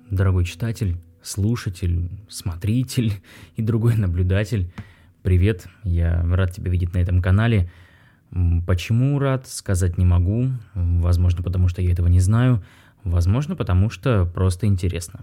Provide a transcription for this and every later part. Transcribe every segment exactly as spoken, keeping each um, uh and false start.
Дорогой читатель, слушатель, смотритель и другой наблюдатель, привет, я рад тебя видеть на этом канале. Почему рад, сказать не могу, возможно, потому что я этого не знаю, возможно, потому что просто интересно.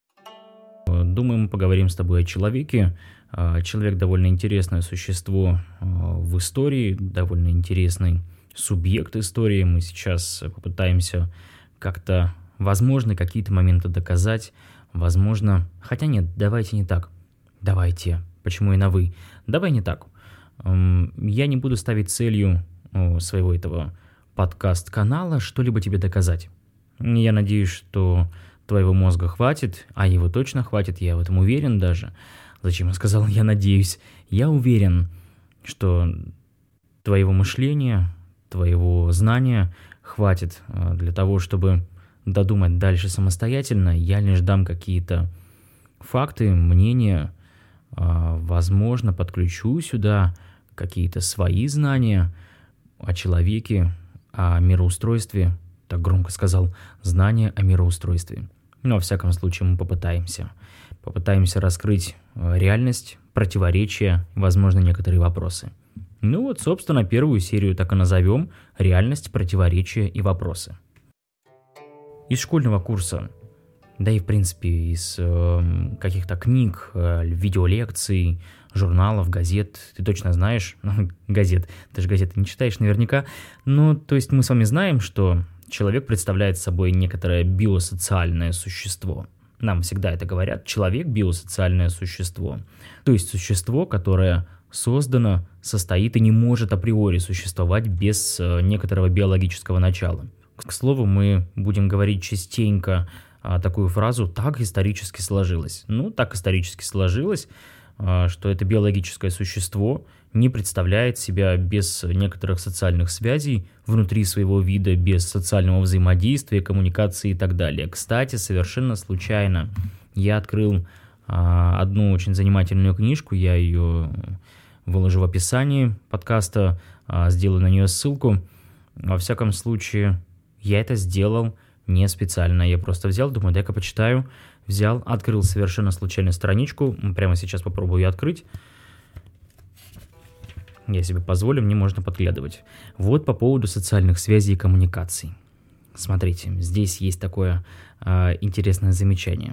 Думаю, мы поговорим с тобой о человеке. Человек довольно интересное существо в истории, довольно интересный субъект истории. Мы сейчас попытаемся как-то, возможно, какие-то моменты доказать, возможно... Хотя нет, давайте не так. Давайте. Почему и на «вы»? Давай не так. Я не буду ставить целью своего этого подкаст-канала что-либо тебе доказать. Я надеюсь, что твоего мозга хватит, а его точно хватит, я в этом уверен даже. Зачем я сказал «я надеюсь»? Я уверен, что твоего мышления, твоего знания хватит для того, чтобы додумать дальше самостоятельно. Я лишь дам какие-то факты, мнения, возможно, подключу сюда какие-то свои знания о человеке, о мироустройстве, так громко сказал, знания о мироустройстве. Но, во всяком случае, мы попытаемся. Попытаемся раскрыть реальность, противоречия, возможно, некоторые вопросы. Ну вот, собственно, первую серию так и назовем «Реальность, противоречия и вопросы». Из школьного курса, да и в принципе из э, каких-то книг, э, видеолекций, журналов, газет, ты точно знаешь, газет, ты же газеты не читаешь наверняка, ну, то есть мы с вами знаем, что человек представляет собой некоторое биосоциальное существо. Нам всегда это говорят, человек – биосоциальное существо, то есть существо, которое создано, состоит и не может априори существовать без э, некоторого биологического начала. К слову, мы будем говорить частенько а, такую фразу «так исторически сложилось». Ну, так исторически сложилось, а, что это биологическое существо не представляет себя без некоторых социальных связей внутри своего вида, без социального взаимодействия, коммуникации и так далее. Кстати, совершенно случайно я открыл а, одну очень занимательную книжку, я ее выложу в описании подкаста, а, сделаю на нее ссылку. Во всяком случае... Я это сделал не специально, я просто взял, думаю, дай-ка почитаю, взял, открыл совершенно случайно страничку, прямо сейчас попробую ее открыть. Я себе позволю, мне можно подглядывать. Вот по поводу социальных связей и коммуникаций. Смотрите, здесь есть такое э, интересное замечание.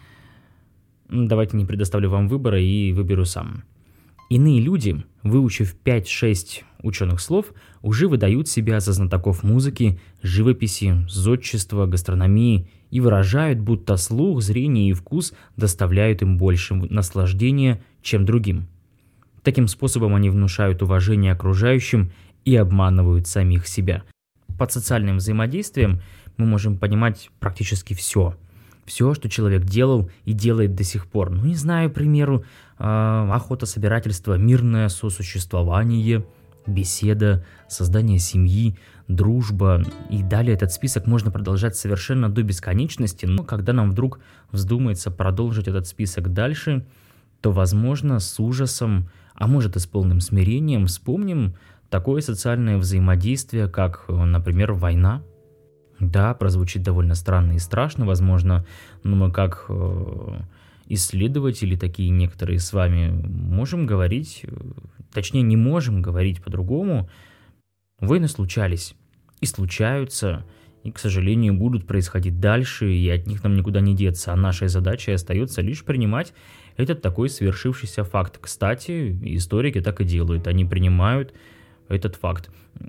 Давайте не предоставлю вам выбора и выберу сам. Иные люди, выучив пять-шесть ученых слов, уже выдают себя за знатоков музыки, живописи, зодчества, гастрономии и выражают, будто слух, зрение и вкус доставляют им больше наслаждения, чем другим. Таким способом они внушают уважение окружающим и обманывают самих себя. Под социальным взаимодействием мы можем понимать практически все. Все, что человек делал и делает до сих пор. Ну, не знаю, к примеру, охота, собирательство, мирное сосуществование, беседа, создание семьи, дружба. И далее этот список можно продолжать совершенно до бесконечности. Но когда нам вдруг вздумается продолжить этот список дальше, то, возможно, с ужасом, а может и с полным смирением вспомним такое социальное взаимодействие, как, например, война. Да, прозвучит довольно странно и страшно, возможно, но мы как э, исследователи, такие некоторые с вами, можем говорить, э, точнее не можем говорить по-другому. Войны случались и случаются, и, к сожалению, будут происходить дальше, и от них нам никуда не деться, а нашей задачей остается лишь принимать этот такой свершившийся факт. Кстати, историки так и делают, они принимают этот факт.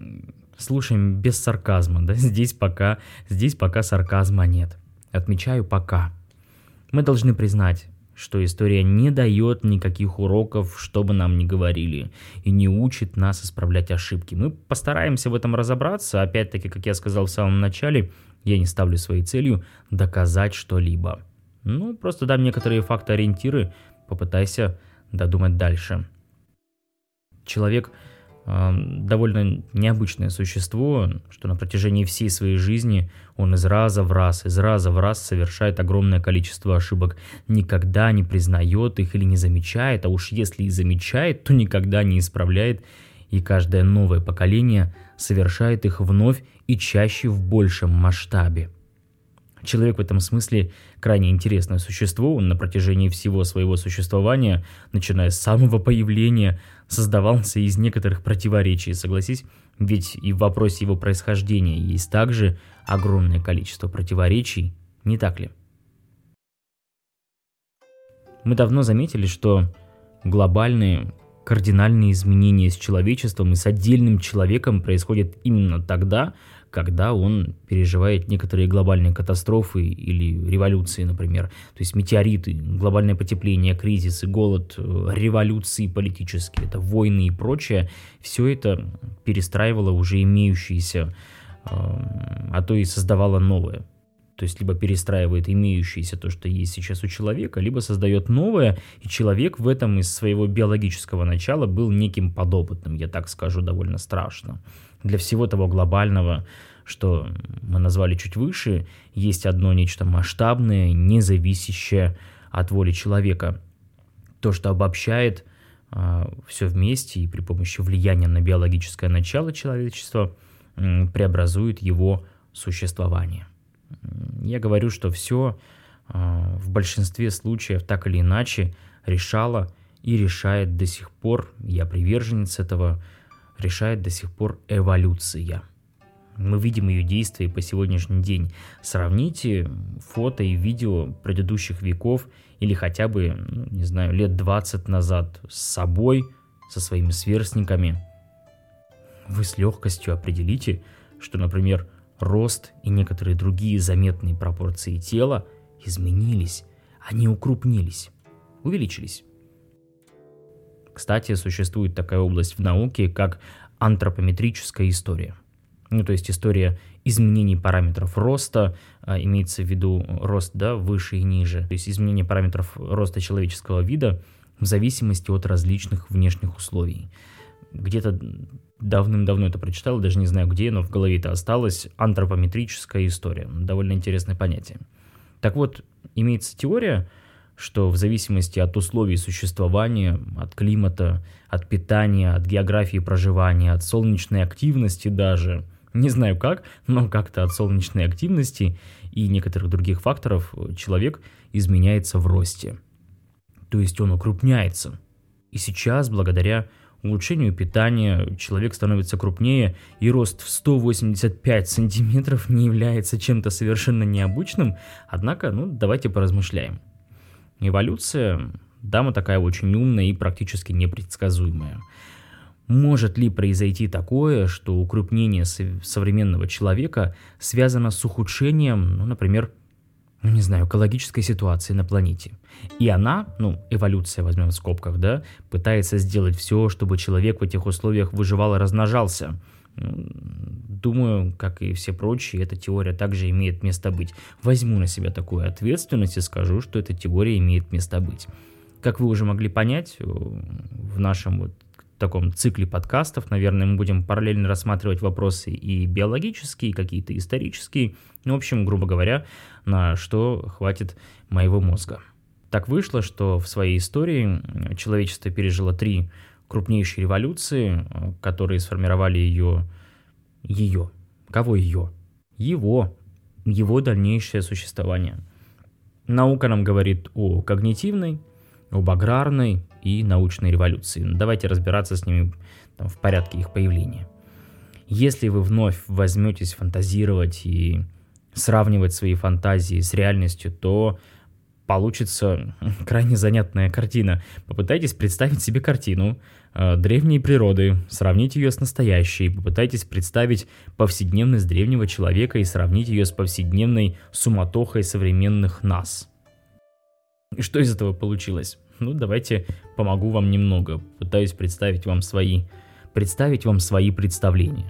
Слушаем без сарказма, да, здесь пока, здесь пока сарказма нет. Отмечаю пока. Мы должны признать, что история не дает никаких уроков, что бы нам ни говорили, и не учит нас исправлять ошибки. Мы постараемся в этом разобраться, опять-таки, как я сказал в самом начале, я не ставлю своей целью доказать что-либо. Ну, просто дам некоторые факты-ориентиры, попытайся додумать дальше. Человек... довольно необычное существо, что на протяжении всей своей жизни он из раза в раз, из раза в раз совершает огромное количество ошибок, никогда не признает их или не замечает, а уж если и замечает, то никогда не исправляет, и каждое новое поколение совершает их вновь и чаще в большем масштабе. Человек в этом смысле крайне интересное существо. Он на протяжении всего своего существования, начиная с самого появления, создавался из некоторых противоречий, согласись? Ведь и в вопросе его происхождения есть также огромное количество противоречий, не так ли? Мы давно заметили, что глобальные кардинальные изменения с человечеством и с отдельным человеком происходят именно тогда, когда он переживает некоторые глобальные катастрофы или революции, например. То есть метеориты, глобальное потепление, кризисы, голод, революции политические, это войны и прочее. Все это перестраивало уже имеющиеся, а то и создавало новое. То есть либо перестраивает имеющееся то, что есть сейчас у человека, либо создает новое, и человек в этом из своего биологического начала был неким подопытным, я так скажу, довольно страшно. Для всего того глобального, что мы назвали чуть выше, есть одно нечто масштабное, не зависящее от воли человека. То, что обобщает э, все вместе и при помощи влияния на биологическое начало человечества э, преобразует его существование. Я говорю, что все э, в большинстве случаев так или иначе решало и решает до сих пор, я приверженец этого, решает до сих пор эволюция. Мы видим ее действия по сегодняшний день. Сравните фото и видео предыдущих веков или хотя бы, ну, не знаю, лет двадцать назад с собой, со своими сверстниками. Вы с легкостью определите, что, например, рост и некоторые другие заметные пропорции тела изменились, они укрупнились, увеличились. Кстати, существует такая область в науке, как антропометрическая история. Ну, то есть история изменений параметров роста, а, имеется в виду рост, да, выше и ниже, то есть изменение параметров роста человеческого вида в зависимости от различных внешних условий. Где-то давным-давно это прочитал, даже не знаю где, но в голове это осталось. Антропометрическая история. Довольно интересное понятие. Так вот, имеется теория, что в зависимости от условий существования, от климата, от питания, от географии проживания, от солнечной активности даже, не знаю как, но как-то от солнечной активности и некоторых других факторов человек изменяется в росте. То есть он укрупняется. И сейчас, благодаря улучшению питания, человек становится крупнее, и рост в сто восемьдесят пять сантиметров не является чем-то совершенно необычным, однако, ну, давайте поразмышляем. Эволюция, дама такая очень умная и практически непредсказуемая. Может ли произойти такое, что укрупнение современного человека связано с ухудшением, ну, например, ну, не знаю, экологической ситуации на планете? И она, ну, эволюция возьмем в скобках, да, пытается сделать все, чтобы человек в этих условиях выживал и размножался. Думаю, как и все прочие, эта теория также имеет место быть. Возьму на себя такую ответственность и скажу, что эта теория имеет место быть. Как вы уже могли понять, в нашем вот таком цикле подкастов, наверное, мы будем параллельно рассматривать вопросы и биологические, и какие-то исторические. Ну, в общем, грубо говоря, на что хватит моего мозга. Так вышло, что в своей истории человечество пережило три крупнейшие революции, которые сформировали ее... Ее. Кого ее? Его. Его дальнейшее существование. Наука нам говорит о когнитивной, об аграрной и научной революции. Давайте разбираться с ними там, в порядке их появления. Если вы вновь возьметесь фантазировать и сравнивать свои фантазии с реальностью, то получится крайне занятная картина. Попытайтесь представить себе картину э, древней природы, сравнить ее с настоящей, попытайтесь представить повседневность древнего человека и сравнить ее с повседневной суматохой современных нас. И что из этого получилось? Ну, давайте помогу вам немного, пытаюсь представить вам свои, представить вам свои представления.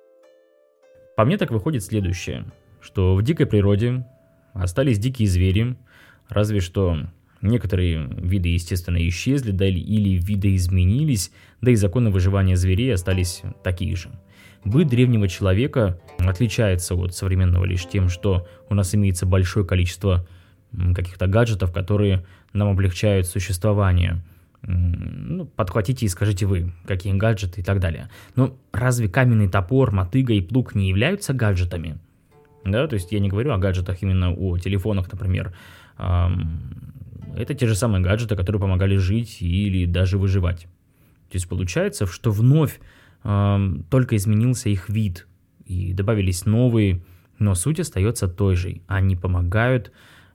По мне так выходит следующее, что в дикой природе остались дикие звери, разве что некоторые виды, естественно, исчезли, да, или, или виды изменились, да и законы выживания зверей остались такие же. Быт древнего человека отличается от современного лишь тем, что у нас имеется большое количество каких-то гаджетов, которые нам облегчают существование. Ну, подхватите и скажите вы, какие гаджеты и так далее. Но разве каменный топор, мотыга и плуг не являются гаджетами? Да, то есть я не говорю о гаджетах, именно о телефонах, например. Это те же самые гаджеты, которые помогали жить или даже выживать. То есть получается, что вновь только изменился их вид и добавились новые, но суть остается той же. Они помогают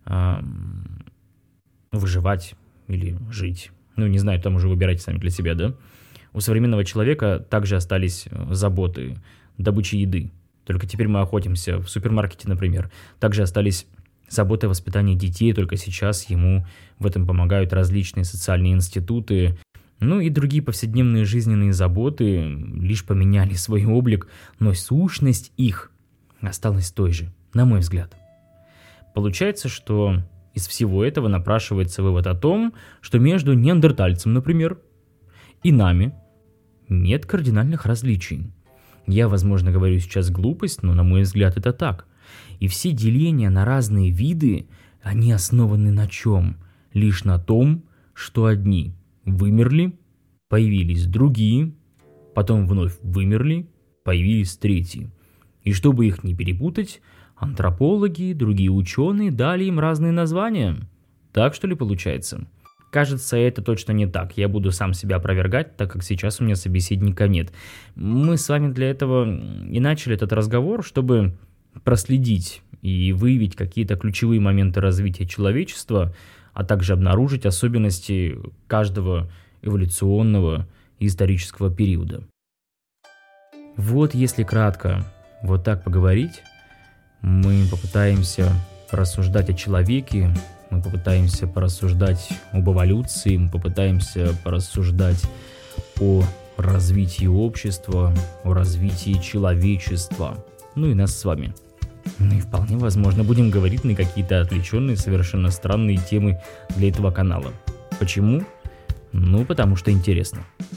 выживать или жить. Ну, не знаю, там уже выбирайте сами для себя, да? У современного человека также остались заботы добычи еды. Только теперь мы охотимся в супермаркете, например. Также остались заботы о воспитании детей, только сейчас ему в этом помогают различные социальные институты. Ну и другие повседневные жизненные заботы лишь поменяли свой облик, но сущность их осталась той же, на мой взгляд. Получается, что из всего этого напрашивается вывод о том, что между неандертальцем, например, и нами нет кардинальных различий. Я, возможно, говорю сейчас глупость, но, на мой взгляд, это так. И все деления на разные виды, они основаны на чем? Лишь на том, что одни вымерли, появились другие, потом вновь вымерли, появились третьи. И чтобы их не перепутать, антропологи, другие ученые дали им разные названия. Так что ли получается? Кажется, это точно не так. Я буду сам себя опровергать, так как сейчас у меня собеседника нет. Мы с вами для этого и начали этот разговор, чтобы проследить и выявить какие-то ключевые моменты развития человечества, а также обнаружить особенности каждого эволюционного и исторического периода. Вот если кратко вот так поговорить, мы попытаемся порассуждать о человеке, мы попытаемся порассуждать об эволюции, мы попытаемся порассуждать о развитии общества, о развитии человечества, ну и нас с вами. Ну и вполне возможно будем говорить на какие-то отвлеченные, совершенно странные темы для этого канала. Почему? Ну, потому что интересно.